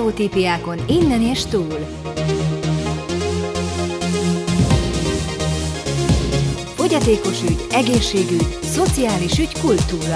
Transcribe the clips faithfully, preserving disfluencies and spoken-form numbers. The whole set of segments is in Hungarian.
sztereotípiákon innen és túl. Fogyatékos ügy, egészségügy, szociális ügy, kultúra.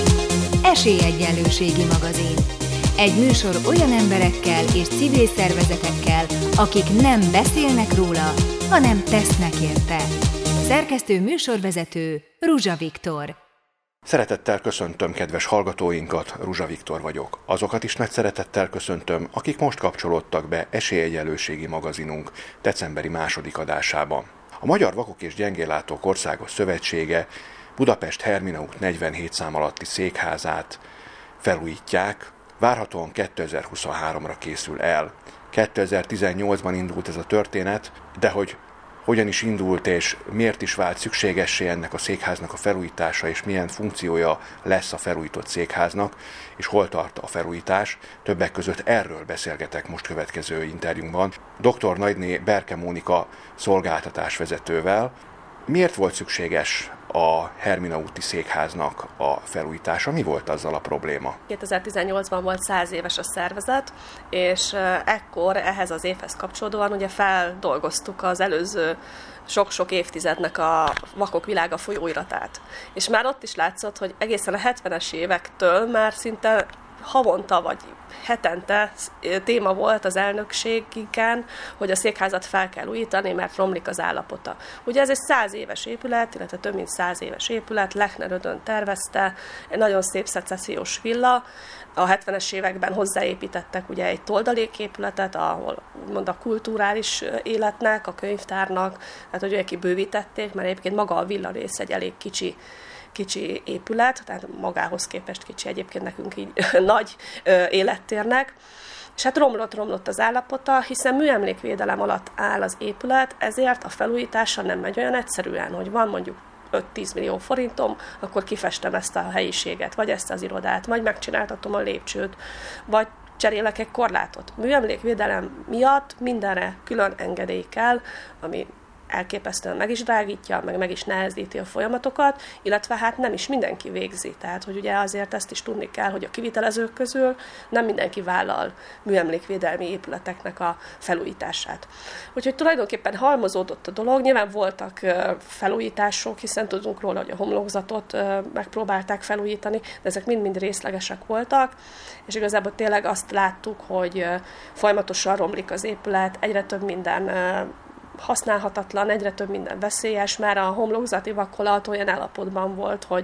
Esélyegyenlőségi magazin. Egy műsor olyan emberekkel és civil szervezetekkel, akik nem beszélnek róla, hanem tesznek érte. Szerkesztő műsorvezető Ruzsa Viktor. Szeretettel köszöntöm kedves hallgatóinkat, Ruzsa Viktor vagyok. Azokat is nagy szeretettel köszöntöm, akik most kapcsolódtak be Esélyegyenlőségi magazinunk decemberi második adásában. A Magyar Vakok és Gyengéllátók Országos Szövetsége Budapest Hermina út negyvenhét szám alatti székházát felújítják, várhatóan kétezer-huszonháromra készül el. kétezer-tizennyolcban indult ez a történet, de hogy hogyan is indult és miért is vált szükségessé ennek a székháznak a felújítása, és milyen funkciója lesz a felújított székháznak, és hol tart a felújítás. Többek között erről beszélgetek most következő interjúmban doktor Nagyné Berke Mónika szolgáltatásvezetővel. Miért volt szükséges a Hermina úti székháznak a felújítása? Mi volt azzal a probléma? kétezer-tizennyolcban volt száz éves a szervezet, és ekkor ehhez az évhez kapcsolódóan ugye feldolgoztuk az előző sok-sok évtizednek a Vakok Világa folyóiratát. És már ott is látszott, hogy egészen a hetvenes évektől már szinte havonta vagy hetente téma volt az elnökségiken, hogy a székházat fel kell újítani, mert romlik az állapota. Ugye ez egy száz éves épület, illetve több mint száz éves épület, Lechner Ödön tervezte, egy nagyon szép szecessziós villa. A hetvenes években hozzáépítettek ugye egy toldaléképületet, ahol úgymond a kulturális életnek, a könyvtárnak, tehát hogy ők kibővítették, mert egyébként maga a villa rész egy elég kicsi kicsi épület, tehát magához képest kicsi, egyébként nekünk így nagy ö, élettérnek. És hát romlott-romlott az állapota, hiszen műemlékvédelem alatt áll az épület, ezért a felújítása nem megy olyan egyszerűen, hogy van mondjuk öt-tíz millió forintom, akkor kifestem ezt a helyiséget, vagy ezt az irodát, vagy megcsináltatom a lépcsőt, vagy cserélek egy korlátot. Műemlékvédelem miatt mindenre külön engedély kell, ami elképesztően meg is drágítja, meg meg is nehezíti a folyamatokat, illetve hát nem is mindenki végzi. Tehát, hogy ugye azért ezt is tudni kell, hogy a kivitelezők közül nem mindenki vállal műemlékvédelmi épületeknek a felújítását. Úgyhogy tulajdonképpen halmozódott a dolog, nyilván voltak felújítások, hiszen tudunk róla, hogy a homlokzatot megpróbálták felújítani, de ezek mind-mind részlegesek voltak, és igazából tényleg azt láttuk, hogy folyamatosan romlik az épület, egyre több minden használhatatlan, egyre több minden veszélyes, már a homlokzati vakolat olyan állapotban volt, hogy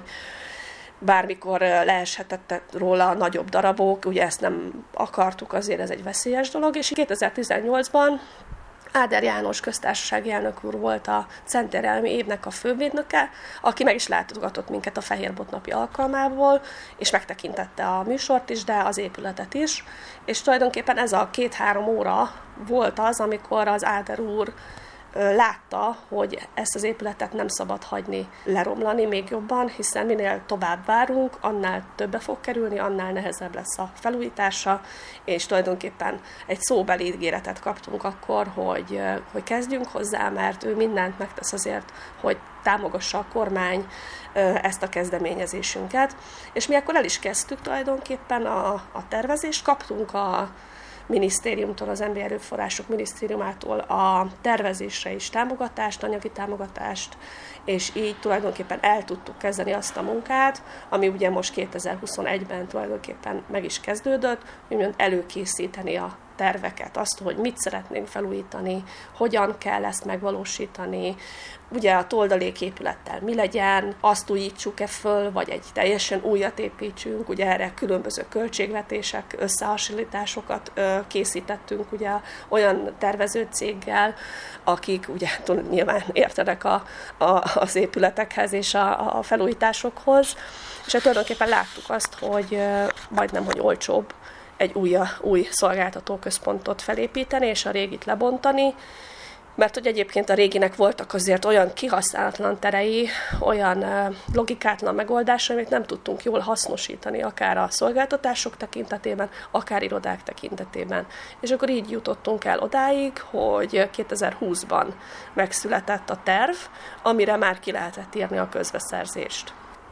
bármikor leeshetett róla nagyobb darabok, ugye ezt nem akartuk, azért ez egy veszélyes dolog, és kétezer-tizennyolcban Áder János köztársasági elnök úr volt a centérelmi évnek a fővédnöke, aki meg is látogatott minket a Fehérbot napi alkalmából, és megtekintette a műsort is, de az épületet is, és tulajdonképpen ez a két-három óra volt az, amikor az Áder úr látta, hogy ezt az épületet nem szabad hagyni leromlani még jobban, hiszen minél tovább várunk, annál többe fog kerülni, annál nehezebb lesz a felújítása, és tulajdonképpen egy szóbeli ígéretet kaptunk akkor, hogy, hogy kezdjünk hozzá, mert ő mindent megtesz azért, hogy támogassa a kormány ezt a kezdeményezésünket. És mi akkor el is kezdtük tulajdonképpen a, a tervezést, kaptunk a minisztériumtól, az Emberi Erőforrások Minisztériumától a tervezésre is támogatást, anyagi támogatást, és így tulajdonképpen el tudtuk kezdeni azt a munkát, ami ugye most kétezer-huszonegyben tulajdonképpen meg is kezdődött, úgymond előkészíteni a terveket, azt, hogy mit szeretnénk felújítani, hogyan kell ezt megvalósítani, ugye a toldaléképülettel mi legyen, azt újítsuk-e föl, vagy egy teljesen újat építsünk, ugye erre különböző költségvetések, összehasonlításokat ö, készítettünk ugye olyan tervezőcéggel, akik ugye nyilván értenek a, a, az épületekhez és a, a felújításokhoz, és hát tulajdonképpen láttuk azt, hogy ö, majdnem, hogy olcsóbb egy új, új szolgáltatóközpontot felépíteni, és a régit lebontani, mert hogy egyébként a réginek voltak azért olyan kihasználatlan terei, olyan logikátlan megoldásai, amit nem tudtunk jól hasznosítani, akár a szolgáltatások tekintetében, akár irodák tekintetében. És akkor így jutottunk el odáig, hogy kétezer-húszban megszületett a terv, amire már ki lehetett írni a közbeszerzést.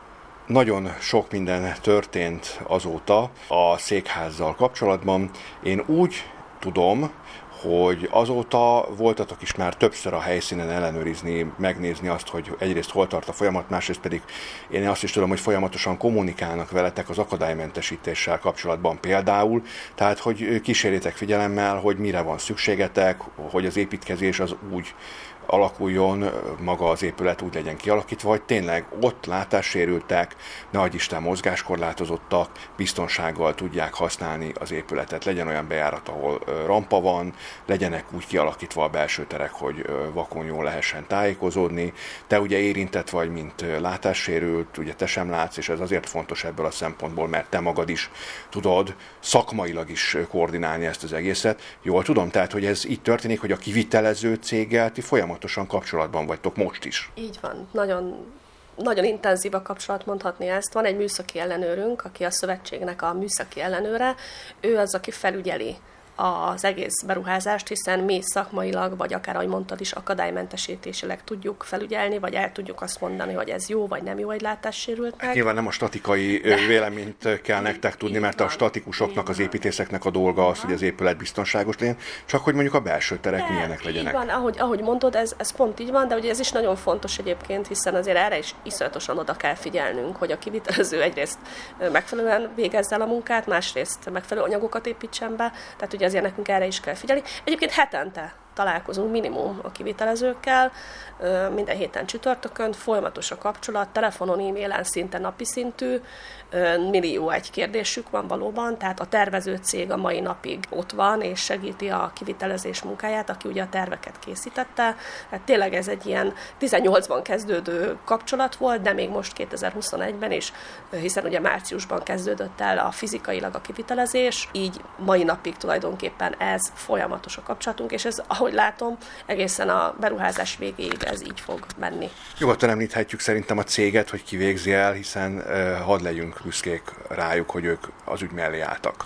Nagyon sok minden történt azóta a székházzal kapcsolatban. Én úgy tudom, hogy azóta voltatok is már többször a helyszínen ellenőrizni, megnézni azt, hogy egyrészt hol tart a folyamat, másrészt pedig én azt is tudom, hogy folyamatosan kommunikálnak veletek az akadálymentesítéssel kapcsolatban például, tehát hogy kísérjétek figyelemmel, hogy mire van szükségetek, hogy az építkezés az úgy alakuljon, maga az épület úgy legyen kialakítva, hogy tényleg ott látássérültek, ne adj Isten mozgáskorlátozottak, biztonsággal tudják használni az épületet. Legyen olyan bejárat, ahol rampa van, legyenek úgy kialakítva a belső terek, hogy vakon jól lehessen tájékozódni. Te ugye érintett vagy, mint látássérült, ugye te sem látsz, és ez azért fontos ebből a szempontból, mert te magad is tudod szakmailag is koordinálni ezt az egészet. Jól tudom, tehát, hogy ez így történik, hogy a kivitelező céggel ti folyamatosan kapcsolatban vagytok most is. Így van. Nagyon, nagyon intenzív a kapcsolat, mondhatni ezt. Van egy műszaki ellenőrünk, aki a szövetségnek a műszaki ellenőre. Ő az, aki felügyeli az egész beruházást, hiszen mi szakmailag, vagy akár, ahogy mondtad is, akadálymentesítésileg tudjuk felügyelni, vagy el tudjuk azt mondani, hogy ez jó, vagy nem jó egy látássérültnek. Hát nyilván nem a statikai De. véleményt kell nektek tudni, mert a statikusoknak, az építészeknek a dolga az, hogy az épület biztonságos legyen, csak hogy mondjuk a belső terek de, milyenek legyenek. Így van, ahogy, ahogy mondod, ez, ez pont így van, de ugye ez is nagyon fontos egyébként, hiszen azért erre is iszonyatosan oda kell figyelnünk, hogy a kivitelező egyrészt megfelelően végezze el a munkát, másrészt megfelelő anyagokat építsen be, tehát ugye azért nekünk erre is kell figyelni. Egyébként hetente találkozunk minimum a kivitelezőkkel, minden héten csütörtökön, folyamatos a kapcsolat, telefonon, e-mailen, szinte napi szintű, millió egy kérdésük van valóban, tehát a tervező cég a mai napig ott van, és segíti a kivitelezés munkáját, aki ugye a terveket készítette. Tehát tényleg ez egy ilyen tizennyolcban kezdődő kapcsolat volt, de még most kétezer-huszonegyben is, hiszen ugye márciusban kezdődött el a fizikailag a kivitelezés, így mai napig tulajdonképpen ez folyamatos a kapcsolatunk, és ez, ahogy látom, egészen a beruházás végéig ez így fog menni. Nyugodtan említhetjük szerintem a céget, hogy ki végzi el, hiszen uh, hadd legyünk büszkék rájuk, hogy ők az ügy mellé álltak.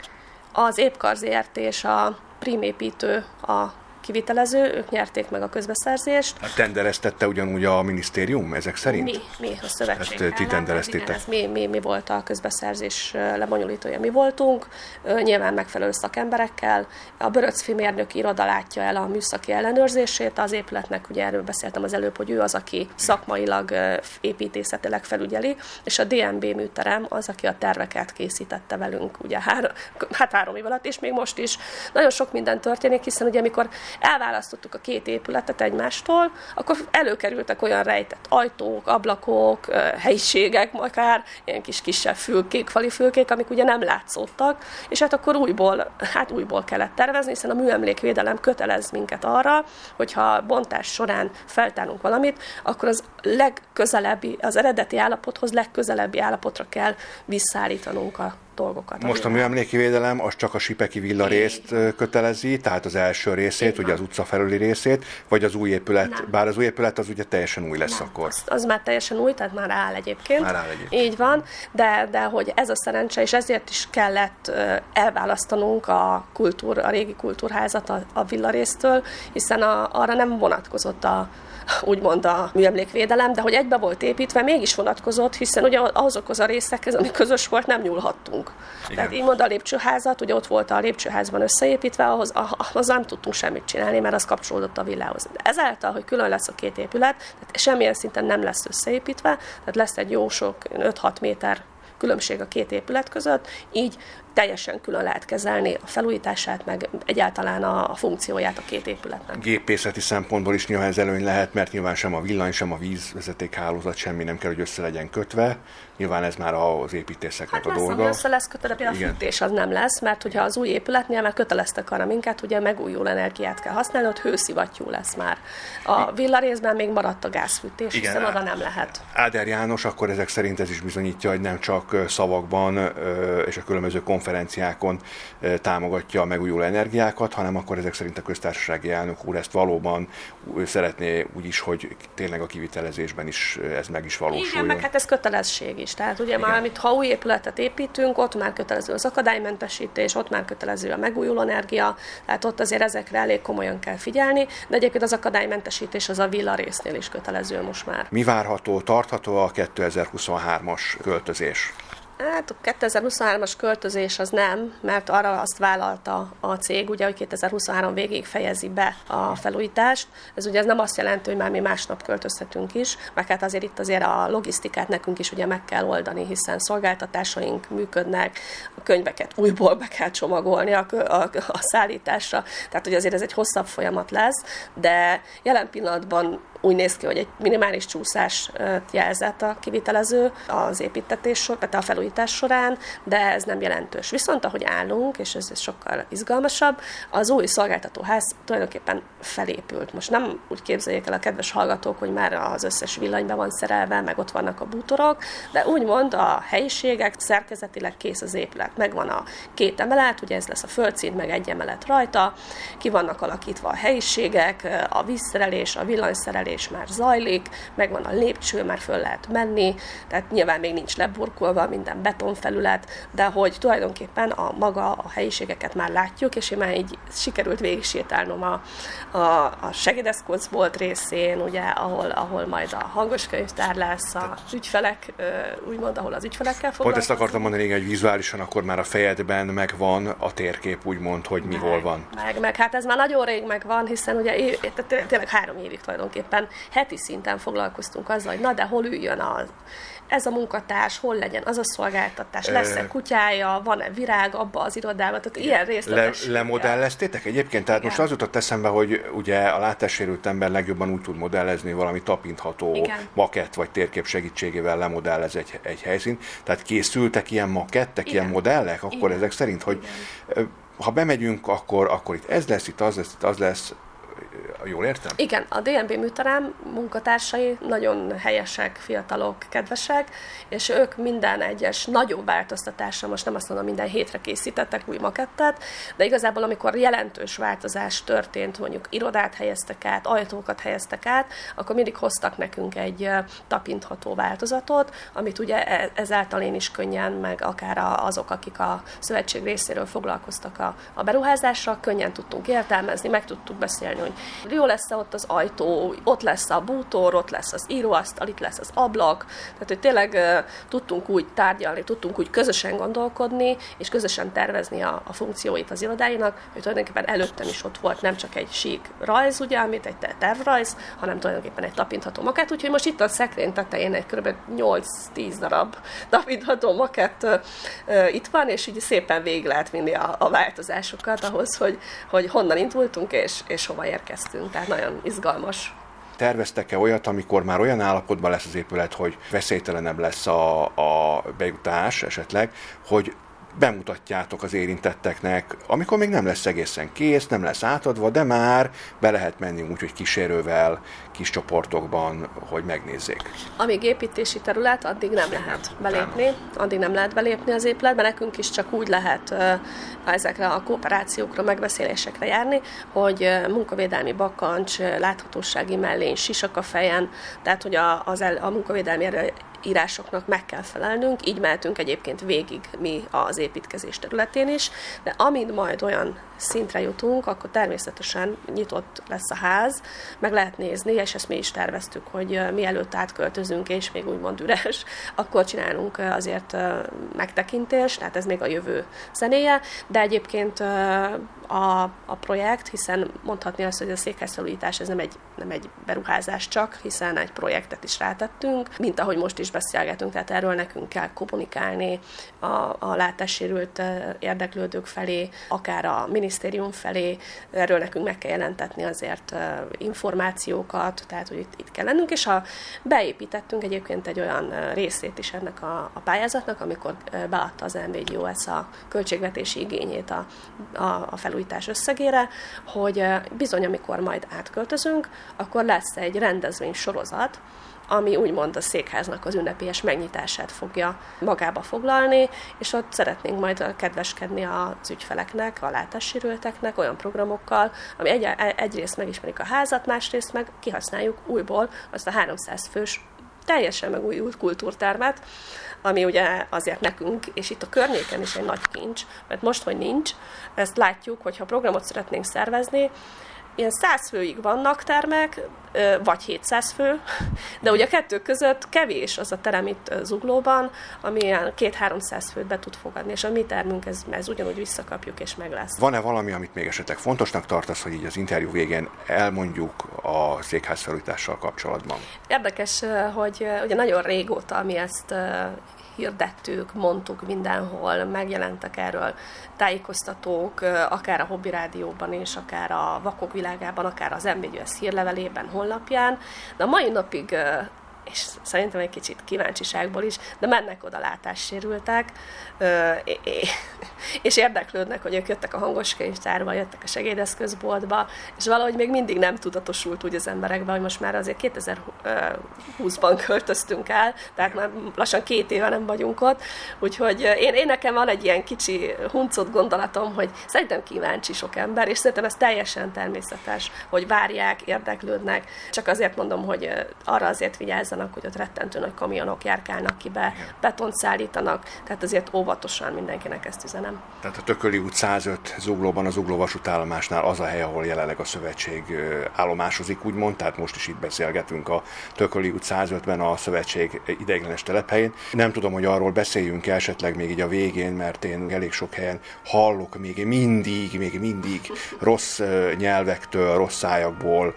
Az Épkar zé er té és a Prim építő a kivitelező, ők nyerték meg a közbeszerzést. A tendereztette ugyanúgy a minisztérium ezek szerint? Mi, mi a szövetség. Hát, ti tendereztétek. Mi, mi, mi volt a közbeszerzés lebonyolítója, mi voltunk, nyilván megfelelő szakemberekkel. A Böröcfi mérnöki iroda látja el a műszaki ellenőrzését az épületnek, ugye erről beszéltem az előbb, hogy ő az, aki szakmailag építészetileg felügyeli, és a dé em bé műterem az, aki a terveket készítette velünk, ugye hár, hát három év alatt, és még most is. Nagyon sok minden történik, hiszen ugye amikor elválasztottuk a két épületet egymástól, akkor előkerültek olyan rejtett ajtók, ablakok, helyiségek, akár ilyen kis kisebb fülkék, fali fülkék, amik ugye nem látszottak, és hát akkor újból, hát újból kellett tervezni, hiszen a műemlékvédelem kötelez minket arra, hogyha bontás során feltárunk valamit, akkor az legközelebbi, az eredeti állapothoz legközelebbi állapotra kell visszaállítanunk a dolgokat. Most a műemléki védelem az csak a Sipeki villa részt kötelezi, tehát az első részét, ugye az utca felüli részét, vagy az új épület, nem. Bár az új épület az ugye teljesen új lesz nem, akkor. Az, az már teljesen új, tehát már áll egyébként. Már áll egyébként. Így van, de, de hogy ez a szerencse, és ezért is kellett elválasztanunk a, kultúr, a régi kultúrházat a, a villa résztől, hiszen a, arra nem vonatkozott a úgymond a műemlékvédelem, de hogy egybe volt építve, mégis vonatkozott, hiszen ugye azokhoz a részekhez, ami közös volt, nem nyúlhattunk. Igen. Tehát így mond a lépcsőházat, ugye ott volt a lépcsőházban összeépítve, ahhoz, ahhoz nem tudtunk semmit csinálni, mert az kapcsolódott a villához. De ezáltal, hogy külön lesz a két épület, tehát semmilyen szinten nem lesz összeépítve, tehát lesz egy jó sok öt-hat méter különbség a két épület között, így teljesen külön lehet kezelni a felújítását, meg egyáltalán a, a funkcióját a két épületnek. Gépészeti szempontból is nyilván ez előny lehet, mert nyilván sem a villany, sem a vízvezetékhálózat semmi nem kell, hogy össze legyen kötve. Nyilván ez már az építészeknek hát a lesz, dolga. Össze lesz kötve, de például a fűtés az nem lesz, mert hogyha az új épületnél már köteleztek arra minket, ugye megújuló energiát kell használni, ott hőszivattyú lesz már. A villarészben még maradt a gázfűtés, igen, hiszen oda nem lehet. Áder János akkor ezek szerint ez is bizonyítja, hogy nem csak szavakban és a különböző konferenciákon konferenciákon támogatja a megújuló energiákat, hanem akkor ezek szerint a köztársasági elnök úr ezt valóban szeretné úgyis, hogy tényleg a kivitelezésben is ez meg is valósuljon. Igen, meg hát ez kötelezség is. Tehát ugye már, amit, ha új épületet építünk, ott már kötelező az akadálymentesítés, ott már kötelező a megújuló energia, tehát ott azért ezekre elég komolyan kell figyelni, de egyébként az akadálymentesítés az a villa résznél is kötelező most már. Mi várható, tartható a kétezer-huszonhármas költözés? Hát a kétezer-huszonhármas költözés az nem, mert arra azt vállalta a cég, ugye, hogy kétezer-huszonhárom végéig fejezi be a felújítást. Ez ugye ez nem azt jelenti, hogy már mi másnap költözhetünk is, meg hát azért itt azért a logisztikát nekünk is ugye meg kell oldani, hiszen szolgáltatásaink működnek, a könyveket újból be kell csomagolni a, a, a szállításra, tehát ugye azért ez egy hosszabb folyamat lesz, de jelen pillanatban úgy néz ki, hogy egy minimális csúszás jelzett a kivitelező az építetés, tehát a felújítás során, de ez nem jelentős. Viszont ahogy állunk, és ez, ez sokkal izgalmasabb, az új szolgáltatóház tulajdonképpen felépült. Most nem úgy képzeljék el a kedves hallgatók, hogy már az összes villany be van szerelve, meg ott vannak a bútorok, de úgymond a helyiségek, szerkezetileg kész az épület. Megvan a két emelet, ugye ez lesz a földszint, meg egy emelet rajta, ki vannak alakítva a helyiségek, a vízszerelés, a villanyszerelés és már zajlik, megvan a lépcső, már föl lehet menni, tehát nyilván még nincs leburkolva minden betonfelület, de hogy tulajdonképpen a maga a helyiségeket már látjuk, és én már így sikerült végig sétálnom a, a, a segédeszkocbolt részén, ugye, ahol, ahol majd a hangoskönyvtár lesz, az ügyfelek, úgymond, ahol az ügyfelekkel foglalkozunk. Pont ezt akartam mondani, hogy vizuálisan akkor már a fejedben megvan a térkép, úgymond, hogy mi meg, hol van. Meg, meg, hát ez már nagyon rég megvan, hiszen ugye tényleg három évig tulajdonképpen heti szinten foglalkoztunk azzal, hogy na de hol üljön az, ez a munkatárs, hol legyen az a szolgáltatás, lesz-e kutyája, van-e virág abba az irodában, tehát ilyen részletes. Le, lemodelleztétek egyébként? Tehát igen. Most az jutott eszembe, hogy ugye a látássérült ember legjobban úgy tud modellezni, valami tapintható igen. makett vagy térkép segítségével lemodellez egy, egy helyszínt. Tehát készültek ilyen makettek, igen. ilyen modellek? Akkor igen. ezek szerint, hogy igen. ha bemegyünk, akkor, akkor itt ez lesz, itt az lesz, itt az lesz. Jól értem? Igen, a dé en bé műterem munkatársai nagyon helyesek, fiatalok, kedvesek, és ők minden egyes nagyobb változtatásra, most nem azt mondom, minden hétre készítettek új makettet, de igazából amikor jelentős változás történt, mondjuk irodát helyeztek át, ajtókat helyeztek át, akkor mindig hoztak nekünk egy tapintható változatot, amit ugye ezáltal én is könnyen, meg akár azok, akik a szövetség részéről foglalkoztak a, a beruházással, könnyen tudtunk értelmezni, meg tudtuk beszélni, hogy jó lesz ott az ajtó, ott lesz a bútor, ott lesz az íróasztal, itt lesz az ablak. Tehát, hogy tényleg uh, tudtunk úgy tárgyalni, tudtunk úgy közösen gondolkodni, és közösen tervezni a, a funkcióit az irodáinak, hogy tulajdonképpen előttem is ott volt nem csak egy sík rajz, ugye, amit egy tervrajz, hanem tulajdonképpen egy tapintható makett. Úgyhogy most itt a szekrény tetején egy kb. nyolc-tíz darab tapintható makett uh, uh, itt van, és így szépen végig lehet vinni a, a változásokat ahhoz, hogy, hogy honnan indultunk, és, és hova érkeztünk. Tehát nagyon izgalmas. Terveztek-e olyat, amikor már olyan állapotban lesz az épület, hogy veszélytelenebb lesz a, a bejutás esetleg, hogy bemutatjátok az érintetteknek, amikor még nem lesz egészen kész, nem lesz átadva, de már be lehet menni úgy, hogy kísérővel, kis csoportokban, hogy megnézzék. Amíg építési terület, addig nem lehet belépni, addig nem lehet belépni az épületbe, nekünk is csak úgy lehet uh, ezekre a kooperációkra, megbeszélésekre járni, hogy uh, munkavédelmi bakancs, láthatósági mellény, sisak a fejen, tehát hogy a, az el, a munkavédelmi írásoknak meg kell felelnünk, így mehetünk egyébként végig mi az építkezés területén is, de amint majd olyan szintre jutunk, akkor természetesen nyitott lesz a ház, meg lehet nézni, és ezt mi is terveztük, hogy mielőtt átköltözünk, és még úgymond üres, akkor csinálunk azért megtekintést, tehát ez még a jövő zenéje, de egyébként a, a projekt, hiszen mondhatni azt, hogy a székhelyfelújítás ez nem egy, nem egy beruházás csak, hiszen egy projektet is rátettünk, mint ahogy most is beszélgetünk, tehát erről nekünk kell kommunikálni a, a látássérült érdeklődők felé, akár a minisztérium felé, erről nekünk meg kell jelentetni azért információkat, tehát hogy itt, itt kell lennünk, és ha beépítettünk egyébként egy olyan részét is ennek a, a pályázatnak, amikor beadta az em vé gé o es a költségvetési igényét a, a, a felújítás összegére, hogy bizony, amikor majd átköltözünk, akkor lesz egy rendezvény sorozat, ami úgymond a székháznak az ünnepélyes megnyitását fogja magába foglalni, és ott szeretnénk majd kedveskedni az ügyfeleknek, a látássérülteknek olyan programokkal, ami egy, egyrészt megismerik a házat, másrészt meg kihasználjuk újból azt a háromszáz fős teljesen megújult kultúrtermet, ami ugye azért nekünk, és itt a környéken is egy nagy kincs, mert most, hogy nincs, ezt látjuk, hogy ha programot szeretnénk szervezni, ilyen száz főig vannak termek, vagy hétszáz fő, de ugye a kettő között kevés az a terem itt Zuglóban, ami ilyen két-háromszáz főt be tud fogadni, és a mi termünk ez, ez ugyanúgy visszakapjuk, és meg lesz. Van-e valami, amit még esetleg fontosnak tartasz, hogy így az interjú végén elmondjuk a székház felújítással kapcsolatban? Érdekes, hogy ugye nagyon régóta mi ezt hirdettük, mondtuk mindenhol, megjelentek erről tájékoztatók, akár a Hobby Rádióban is, akár a Vakok Világában, akár az em bé gé es hírlevelében, honlapján, de a mai napig, és szerintem egy kicsit kíváncsiságból is, de mennek oda látássérültek, és érdeklődnek, hogy ők jöttek a hangoskönyvtárba, jöttek a segédeszközboltba, és valahogy még mindig nem tudatosult úgy az emberekben, hogy most már azért kétezer-húszban költöztünk el, tehát már lassan két éve nem vagyunk ott, úgyhogy én, én nekem van egy ilyen kicsi huncott gondolatom, hogy szerintem kíváncsi sok ember, és szerintem ez teljesen természetes, hogy várják, érdeklődnek, csak azért mondom, hogy arra azért vigyázzanak, hogy ott rettentő nagy kamionok járkálnak ki be, betont szállítanak, tehát azért óvatosan mindenkinek ezt üzenem. Tehát a Tököli út százöt Zuglóban, a Zugló vasútállomásnál az a hely, ahol jelenleg a szövetség állomásozik, úgymond, tehát most is itt beszélgetünk a Tököli út százötben a szövetség ideiglenes telephelyén. Nem tudom, hogy arról beszéljünk esetleg még így a végén, mert én elég sok helyen hallok még mindig, még mindig rossz nyelvektől, rossz szájakból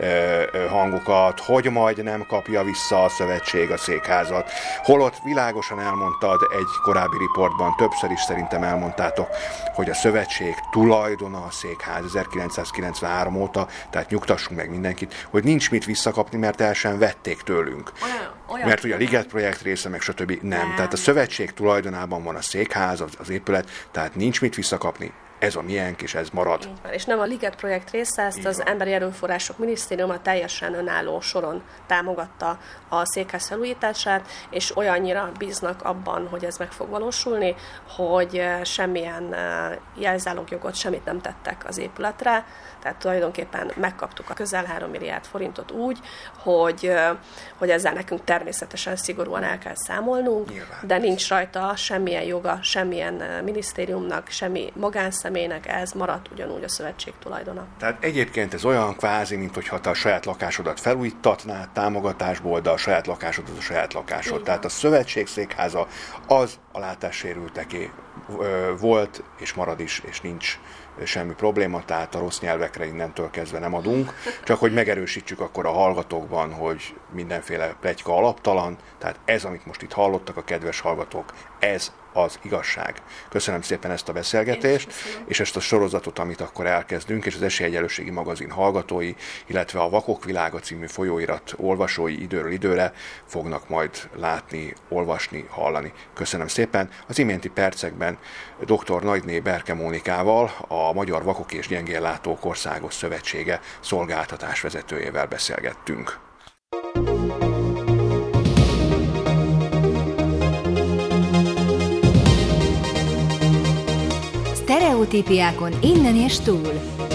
hangokat, hogy majd nem kapja vissza a szövetség a székházat. Holott világosan elmondtad egy korábbi riportban, többször is szerintem elmondtátok, hogy a szövetség tulajdona a székház ezerkilencszázkilencvenhárom óta, tehát nyugtassunk meg mindenkit, hogy nincs mit visszakapni, mert el sem vették tőlünk. Olyan, olyan mert ugye a Liget projekt része, meg stb. Nem. nem. Tehát a szövetség tulajdonában van a székház, az, az épület, tehát nincs mit visszakapni. Ez a miénk, és ez marad. És nem a Liget projekt része, ezt az Emberi Erőforrások Minisztériuma teljesen önálló soron támogatta a székház felújítását, és olyannyira bíznak abban, hogy ez meg fog valósulni, hogy semmilyen jelzálogjogot, semmit nem tettek az épületre, tehát tulajdonképpen megkaptuk a közel három milliárd forintot úgy, hogy, hogy ezzel nekünk természetesen szigorúan el kell számolnunk, nyilván, de nincs rajta semmilyen joga, semmilyen minisztériumnak, semmi magánszemélynek, ez maradt ugyanúgy a szövetség tulajdona. Tehát egyébként ez olyan kvázi, mint hogyha te a saját lakásodat felújítatnád támogatásból, de a saját lakásod az a saját lakásod. Tehát a szövetség székháza az a látássérülteké volt, és marad is, és nincs semmi probléma, tehát a rossz nyelvekre innentől kezdve nem adunk, csak hogy megerősítsük akkor a hallgatókban, hogy mindenféle pletyka alaptalan, tehát ez, amit most itt hallottak a kedves hallgatók, ez az igazság. Köszönöm szépen ezt a beszélgetést, és ezt a sorozatot, amit akkor elkezdünk, és az Esélyegyenlőségi magazin hallgatói, illetve a Vakok Világa című folyóirat olvasói időről időre fognak majd látni, olvasni, hallani. Köszönöm szépen. Az iménti percekben dr. Nagyné Berke Mónikával, a Magyar Vakok és Gyengéllátók Országos Szövetsége szolgáltatásvezetőjével beszélgettünk. Sztereotípiákon innen és túl.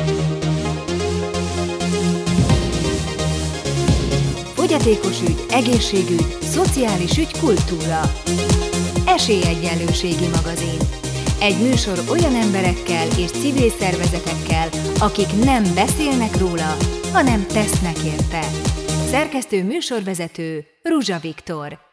Fogyatékos ügy, egészségügy, szociális ügy, kultúra. Esélyegyenlőségi magazin. Egy műsor olyan emberekkel és civil szervezetekkel, akik nem beszélnek róla, hanem tesznek érte. Szerkesztő műsorvezető Ruzsa Viktor.